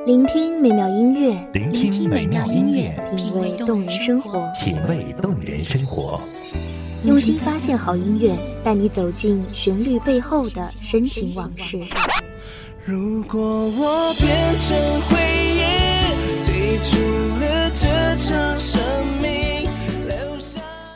聆听美妙音乐， 聆听美妙音乐， 品味动人生活， 品味动人生活。 用心发现好音乐，带你走进旋律背后的深情往事。 如果我变成回忆，退出了这场生命，留下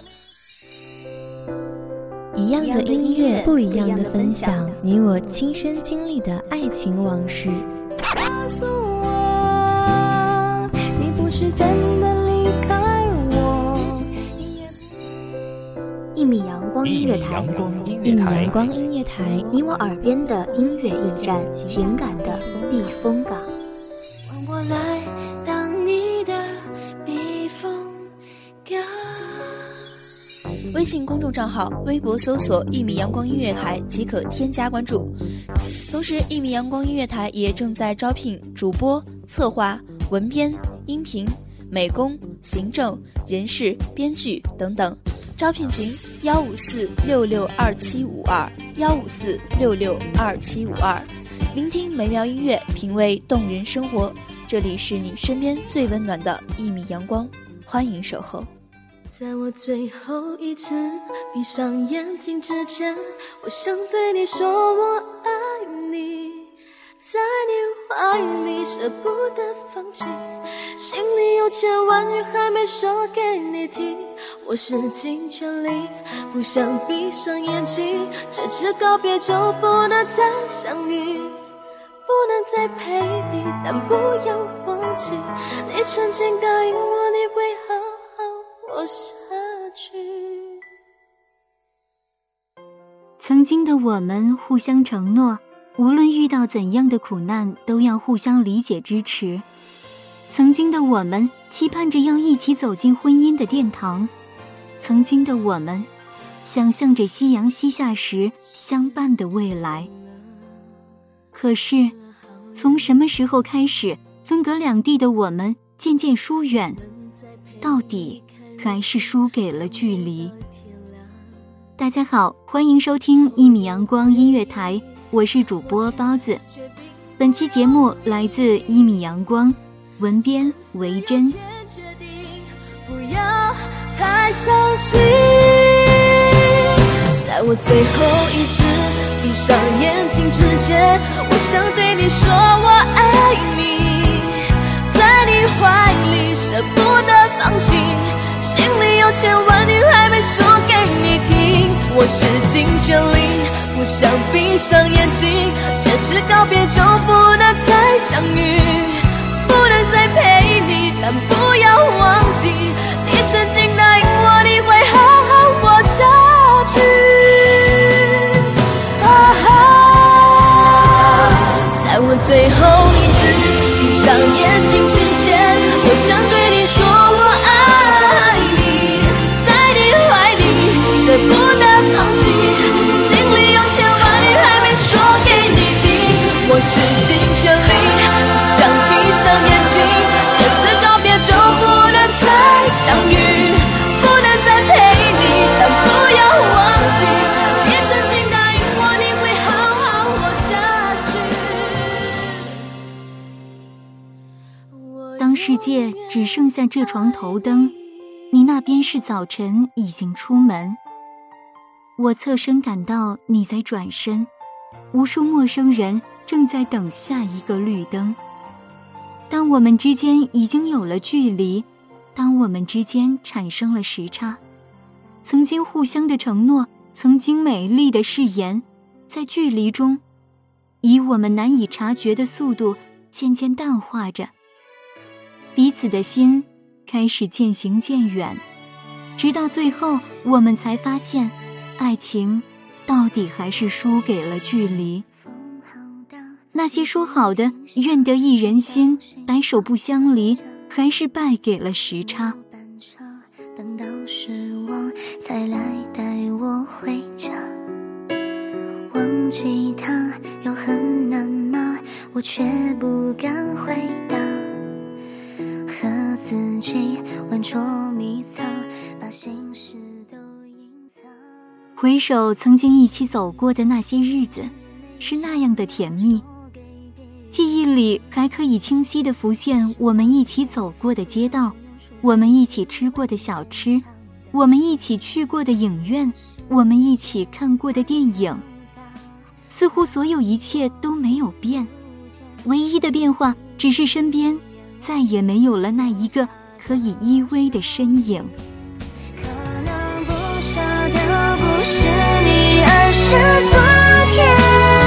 一样的音乐，不一样的分享，你我亲身经历的爱情往事。 告诉我，你不是真的离开我。 一米阳光音乐台， 一米阳光音乐台， 你我耳边的音乐驿站，情感的避风港。 让我来当你的避风港。 微信公众账号、微博搜索“一米阳光音乐台”即可添加关注。同时，一米阳光音乐台也正在招聘主播、策划、文编、音频、美工、行政、人事、编剧等等。招聘群154662752，154662752。聆听美妙音乐，品味动人生活。这里是你身边最温暖的一米阳光，欢迎守候。 在我最后一次闭上眼睛之前，我想对你说我爱你，在你怀里舍不得放弃，心里有千万语还没说给你听，我使尽全力不想闭上眼睛，这次告别就不能再相遇，不能再陪你，但不要忘记你曾经答应我你会好好活下去。 曾经的我们互相承诺，无论遇到怎样的苦难都要互相理解支持。曾经的我们期盼着要一起走进婚姻的殿堂，曾经的我们想象着夕阳西下时相伴的未来。可是从什么时候开始，分隔两地的我们渐渐疏远，到底还是输给了距离。大家好，欢迎收听一米阳光音乐台，我是主播包子。本期节目来自一米阳光，文编维珍。 不要太伤心，在我最后一次闭上眼睛之前，我想对你说我爱你，在你怀里舍不得放弃，心里有千万语还没说给你听，我使尽全力不想闭上眼睛，这次告别就不能再相遇，不能再陪你，但不要忘记你曾经答应我你会好好活下去。在我最后一次闭上眼睛之前，我想对你说我爱你，在你怀里舍不得放弃，心里有千万语还没说给你听，我使尽全力不想闭上眼睛，这次告别就不能再相遇，不能再陪你，但不要忘记你曾经答应我你会好好活下去。 当世界只剩下这床头灯，你那边是早晨已经出门，我侧身感到你在转身，无数陌生人正在等下一个绿灯。当我们之间已经有了距离，当我们之间产生了时差，曾经互相的承诺，曾经美丽的誓言，在距离中以我们难以察觉的速度渐渐淡化着，彼此的心开始渐行渐远，直到最后我们才发现，爱情到底还是输给了距离。那些说好的愿得一人心，白首不相离，还是败给了时差。 等到失望才来带我回家，忘记他有很难吗？我却不敢回答，和自己玩捉迷藏，把心事都隐藏。 回首曾经一起走过的那些日子，是那样的甜蜜。 记忆里还可以清晰地浮现我们一起走过的街道，我们一起吃过的小吃，我们一起去过的影院，我们一起看过的电影。似乎所有一切都没有变，唯一的变化只是身边再也没有了那一个可以依偎的身影。 可能不舍的不是你，而是昨天。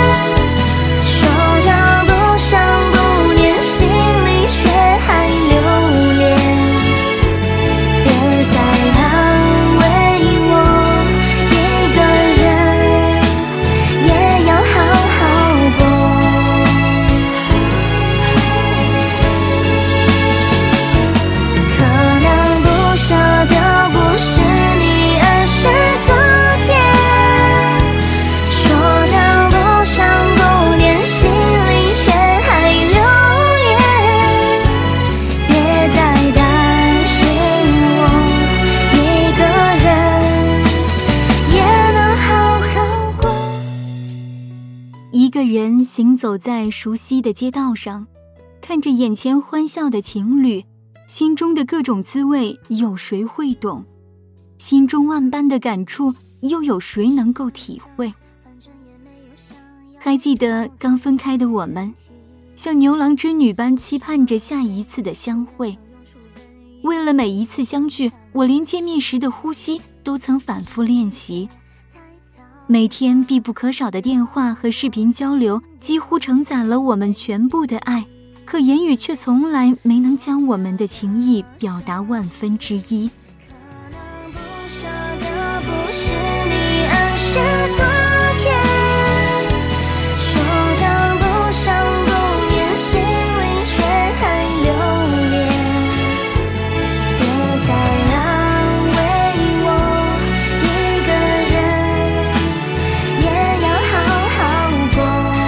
说着不想不念，心里却还留恋。别再安慰我，一个人也要好好过。可能不舍的不是你，而是昨天。说着不想不念，心里却还留恋。别再担心我，一个人也能好好过。 一个人行走在熟悉的街道上，看着眼前欢笑的情侣，心中的各种滋味有谁会懂？心中万般的感触又有谁能够体会？还记得刚分开的我们，像牛郎织女般期盼着下一次的相会。为了每一次相聚，我连见面时的呼吸都曾反复练习。每天必不可少的电话和视频交流，几乎承载了我们全部的爱，可言语却从来没能将我们的情意表达万分之一。 可能不舍的不是你，而是昨天。说着不想不念，心里却还留恋。别再安慰我，一个人也要好好过。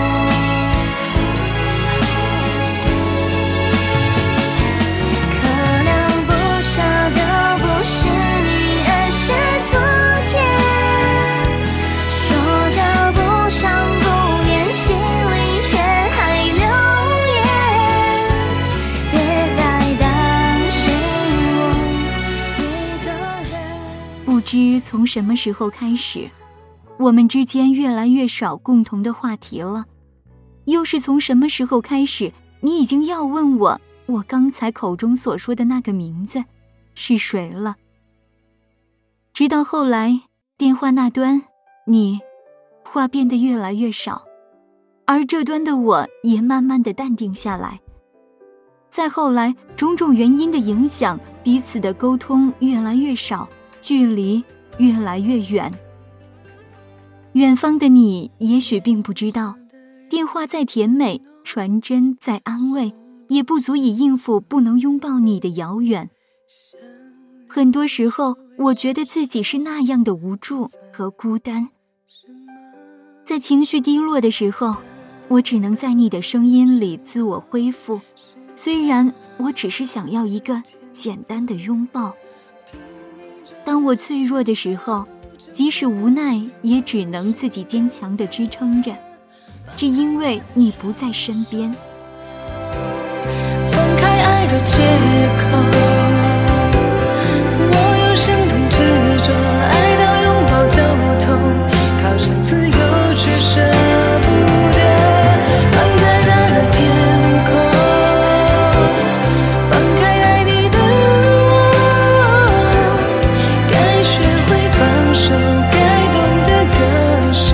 可能不舍的不是你，而是昨天。说着不想不念，心里却还留恋。别再担心我，一个人。 不知从什么时候开始，我们之间越来越少共同的话题了。又是从什么时候开始，你已经要问我刚才口中所说的那个名字是谁了？直到后来，电话那端，你话变得越来越少，而这端的我也慢慢的淡定下来。再后来，种种原因的影响，彼此的沟通越来越少，距离越来越远。远方的你也许并不知道，电话再甜美，传真再安慰，也不足以应付不能拥抱你的遥远。很多时候，我觉得自己是那样的无助和孤单。在情绪低落的时候，我只能在你的声音里自我恢复，虽然我只是想要一个简单的拥抱。当我脆弱的时候，即使无奈，也只能自己坚强地支撑着，只因为你不在身边。 放开爱的借口，我有生动执着，爱到拥抱都痛，靠向自由却舍不得。放开大的天空，放开爱你的我，该学会放手，该懂得割舍，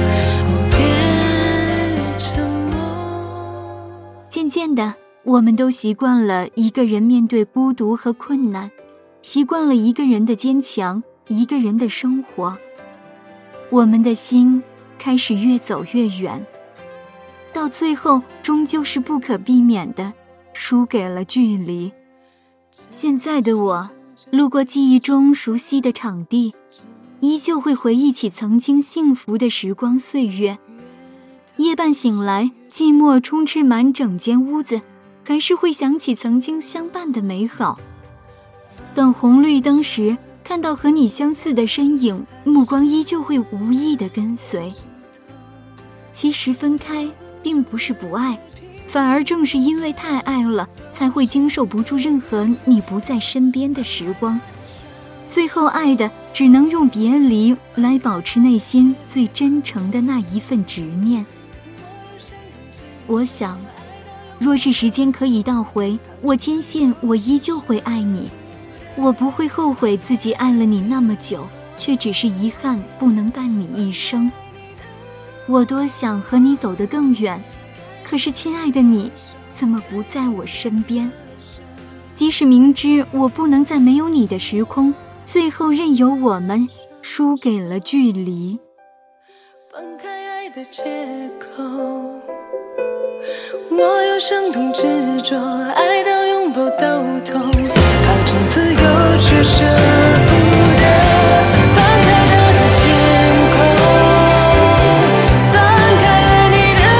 别沉默。 渐渐的，我们都习惯了一个人面对孤独和困难，习惯了一个人的坚强，一个人的生活。我们的心开始越走越远，到最后终究是不可避免的输给了距离。现在的我，路过记忆中熟悉的场地，依旧会回忆起曾经幸福的时光岁月。夜半醒来，寂寞充斥满整间屋子，还是会想起曾经相伴的美好。等红绿灯时，看到和你相似的身影，目光依旧会无意地跟随。其实分开并不是不爱， 反而正是因为太爱了，才会经受不住任何你不在身边的时光，最后爱的只能用别离来保持内心最真诚的那一份执念。我想，若是时间可以倒回，我坚信我依旧会爱你，我不会后悔自己爱了你那么久，却只是遗憾不能伴你一生。我多想和你走得更远，可是亲爱的你怎么不在我身边？即使明知我不能在没有你的时空，最后任由我们输给了距离。 放开爱的借口，我有生动执着，爱到拥抱到痛，靠近自由却舍不得放开他的天空，放开爱你的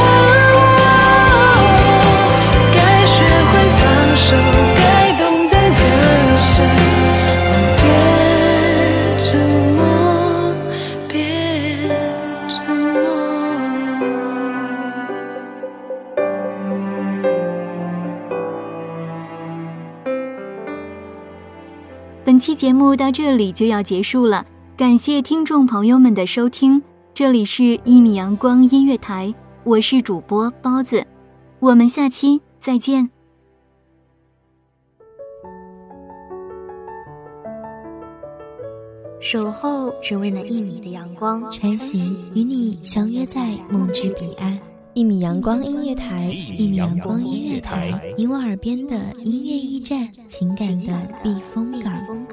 我，该学会放手，该懂得割舍，别沉默，别沉默。 本期节目到这里就要结束了，感谢听众朋友们的收听，这里是1米阳光音乐台，我是主播包子，我们下期再见。 守候只为那1米的阳光， 穿行与你相约在梦之彼岸。1米阳光音乐台，1米阳光音乐台，你我耳边的音乐驿站，情感的避风港。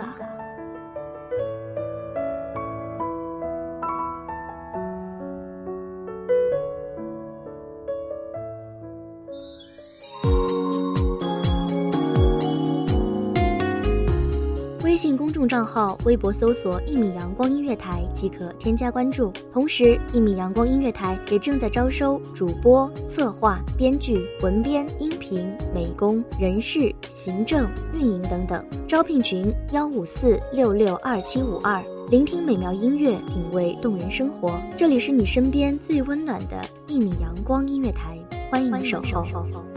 微信公众账号、微博搜索1米阳光音乐台即可添加关注。同时，1米阳光音乐台也正在招收主播、策划、编剧、文编、音频、美工、人事、行政、运营等等。招聘群154662752。聆听美妙音乐，品味动人生活。这里是你身边最温暖的1米阳光音乐台，欢迎你守候。